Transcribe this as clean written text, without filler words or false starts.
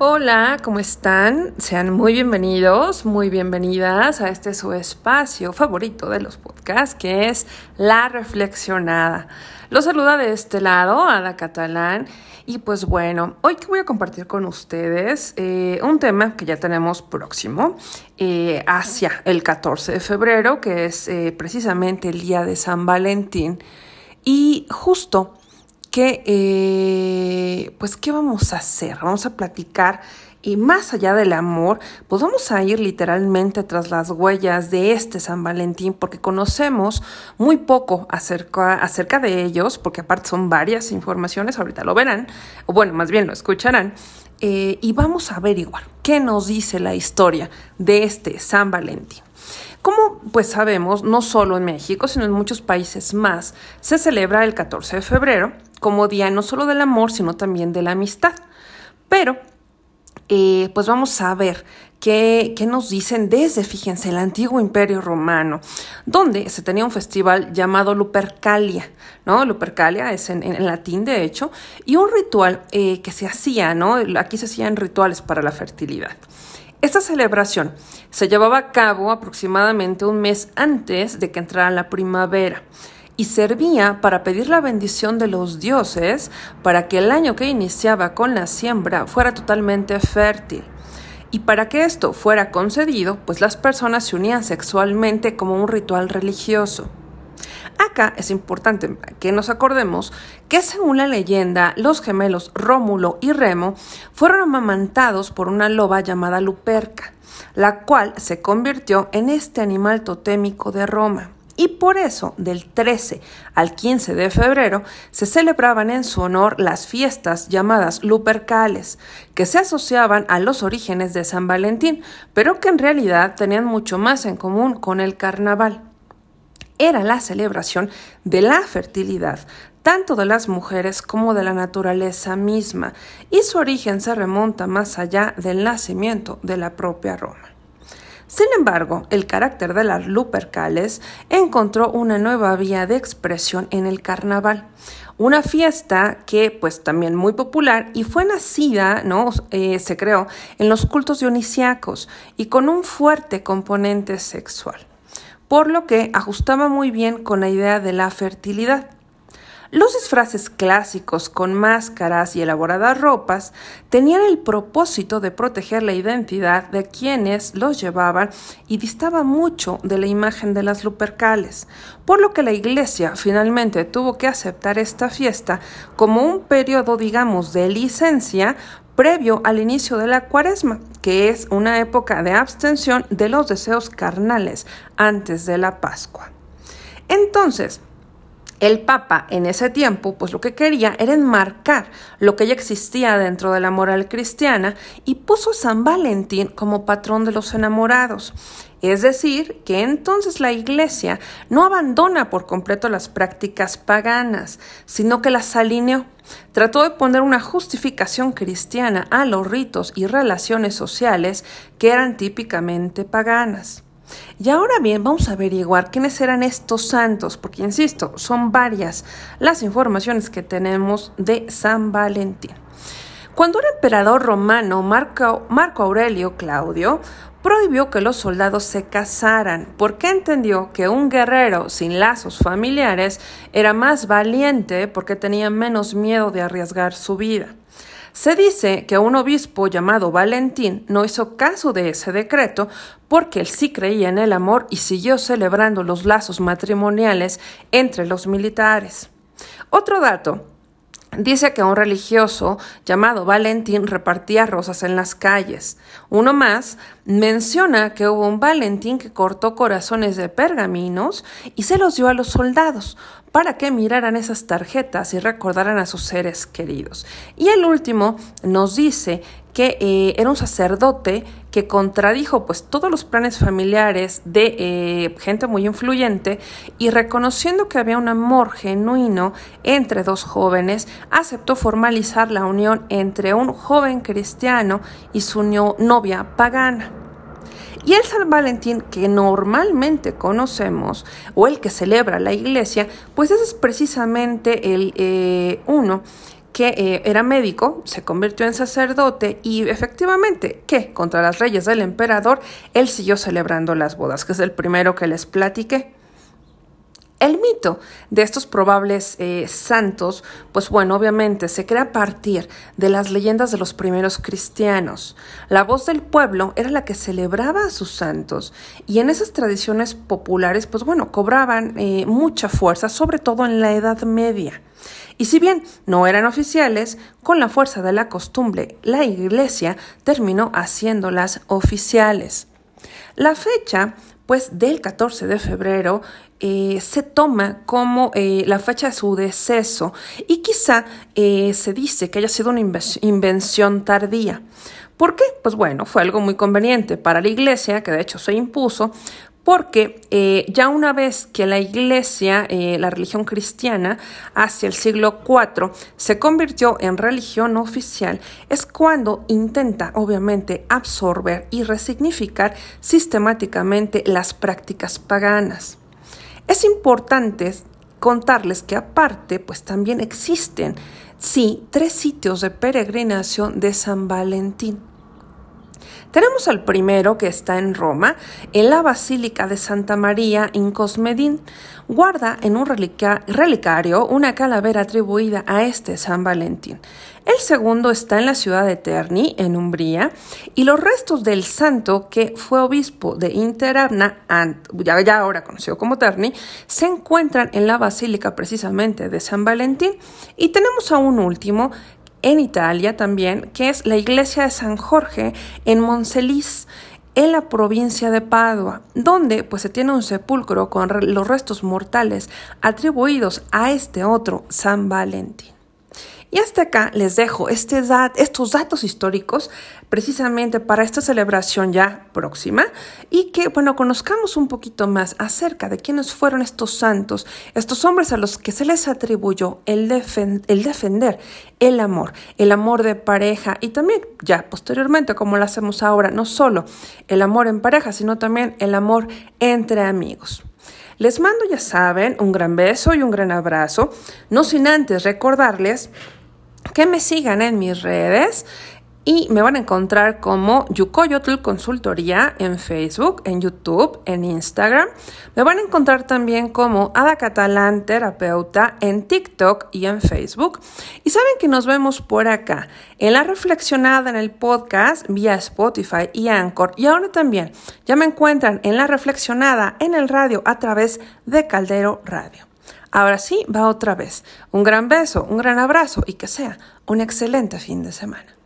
Hola, ¿cómo están? Sean muy bienvenidos, muy bienvenidas a este su espacio favorito de los podcasts, que es La Reflexionada. Los saluda de este lado, Ada Catalán, y pues bueno, hoy que voy a compartir con ustedes un tema que ya tenemos próximo, hacia el 14 de febrero, que es precisamente el día de San Valentín, y justo pues, ¿qué vamos a hacer? Vamos a platicar y más allá del amor, pues vamos a ir literalmente tras las huellas de este San Valentín porque conocemos muy poco acerca de ellos, porque aparte son varias informaciones, ahorita lo verán, o bueno, más bien lo escucharán, y vamos a averiguar qué nos dice la historia de este San Valentín. Como pues sabemos, no solo en México, sino en muchos países más, se celebra el 14 de febrero como día no solo del amor, sino también de la amistad. Pero, pues vamos a ver qué nos dicen desde, fíjense, el antiguo Imperio Romano, donde se tenía un festival llamado Lupercalia, ¿no? Lupercalia es en latín, de hecho, y un ritual que se hacía, ¿no? Aquí se hacían rituales para la fertilidad. Esta celebración se llevaba a cabo aproximadamente un mes antes de que entrara la primavera y servía para pedir la bendición de los dioses para que el año que iniciaba con la siembra fuera totalmente fértil. Y para que esto fuera concedido, pues las personas se unían sexualmente como un ritual religioso. Acá es importante que nos acordemos que según la leyenda, los gemelos Rómulo y Remo fueron amamantados por una loba llamada Luperca, la cual se convirtió en este animal totémico de Roma. Y por eso, del 13 al 15 de febrero, se celebraban en su honor las fiestas llamadas Lupercales, que se asociaban a los orígenes de San Valentín, pero que en realidad tenían mucho más en común con el carnaval. Era la celebración de la fertilidad, tanto de las mujeres como de la naturaleza misma, y su origen se remonta más allá del nacimiento de la propia Roma. Sin embargo, el carácter de las Lupercales encontró una nueva vía de expresión en el carnaval, una fiesta que pues también muy popular y fue nacida, ¿no? Se creó en los cultos dionisíacos y con un fuerte componente sexual, por lo que ajustaba muy bien con la idea de la fertilidad. Los disfraces clásicos con máscaras y elaboradas ropas tenían el propósito de proteger la identidad de quienes los llevaban y distaba mucho de la imagen de las Lupercales, por lo que la Iglesia finalmente tuvo que aceptar esta fiesta como un periodo, digamos, de licencia previo al inicio de la Cuaresma, que es una época de abstención de los deseos carnales antes de la Pascua. Entonces, el Papa en ese tiempo, pues lo que quería era enmarcar lo que ya existía dentro de la moral cristiana y puso a San Valentín como patrón de los enamorados. Es decir, que entonces la Iglesia no abandona por completo las prácticas paganas, sino que las alineó. Trató de poner una justificación cristiana a los ritos y relaciones sociales que eran típicamente paganas. Y ahora bien, vamos a averiguar quiénes eran estos santos, porque insisto, son varias las informaciones que tenemos de San Valentín. Cuando era emperador romano, Marco Aurelio Claudio prohibió que los soldados se casaran, porque entendió que un guerrero sin lazos familiares era más valiente porque tenía menos miedo de arriesgar su vida. Se dice que un obispo llamado Valentín no hizo caso de ese decreto porque él sí creía en el amor y siguió celebrando los lazos matrimoniales entre los militares. Otro dato dice que un religioso llamado Valentín repartía rosas en las calles. Uno más menciona que hubo un Valentín que cortó corazones de pergaminos y se los dio a los soldados para que miraran esas tarjetas y recordaran a sus seres queridos. Y el último nos dice que era un sacerdote que contradijo pues todos los planes familiares de gente muy influyente y reconociendo que había un amor genuino entre dos jóvenes, aceptó formalizar la unión entre un joven cristiano y su novia pagana. Y el San Valentín que normalmente conocemos, o el que celebra la Iglesia, pues ese es precisamente el uno que era médico, se convirtió en sacerdote y efectivamente que contra las leyes del emperador, él siguió celebrando las bodas, que es el primero que les platiqué. El mito de estos probables santos, pues bueno, obviamente se crea a partir de las leyendas de los primeros cristianos. La voz del pueblo era la que celebraba a sus santos y en esas tradiciones populares, pues bueno, cobraban mucha fuerza, sobre todo en la Edad Media. Y si bien no eran oficiales, con la fuerza de la costumbre, la Iglesia terminó haciéndolas oficiales. La fecha, pues del 14 de febrero, se toma como la fecha de su deceso y quizá se dice que haya sido una invención tardía. ¿Por qué? Pues bueno, fue algo muy conveniente para la Iglesia, que de hecho se impuso, porque ya una vez que la Iglesia, la religión cristiana, hacia el siglo IV se convirtió en religión oficial, es cuando intenta obviamente absorber y resignificar sistemáticamente las prácticas paganas. Es importante contarles que aparte, pues también existen, sí, 3 sitios de peregrinación de San Valentín. Tenemos al primero, que está en Roma, en la Basílica de Santa María in Cosmedin. Guarda en un relicario una calavera atribuida a este San Valentín. El segundo está en la ciudad de Terni, en Umbría, y los restos del santo que fue obispo de Interamna, ya ahora conocido como Terni, se encuentran en la Basílica precisamente de San Valentín. Y tenemos a un último, en Italia también, que es la iglesia de San Jorge en Moncelis, en la provincia de Padua, donde pues se tiene un sepulcro con los restos mortales atribuidos a este otro San Valentín. Y hasta acá les dejo estos datos históricos precisamente para esta celebración ya próxima y que, bueno, conozcamos un poquito más acerca de quiénes fueron estos santos, estos hombres a los que se les atribuyó el defender el amor de pareja y también ya posteriormente, como lo hacemos ahora, no solo el amor en pareja, sino también el amor entre amigos. Les mando, ya saben, un gran beso y un gran abrazo, no sin antes recordarles que me sigan en mis redes y me van a encontrar como Yucoyotl Consultoría en Facebook, en YouTube, en Instagram. Me van a encontrar también como Ada Catalán Terapeuta en TikTok y en Facebook. Y saben que nos vemos por acá, en La Reflexionada, en el podcast, vía Spotify y Anchor. Y ahora también ya me encuentran en La Reflexionada en el radio a través de Caldero Radio. Ahora sí, va otra vez. Un gran beso, un gran abrazo y que sea un excelente fin de semana.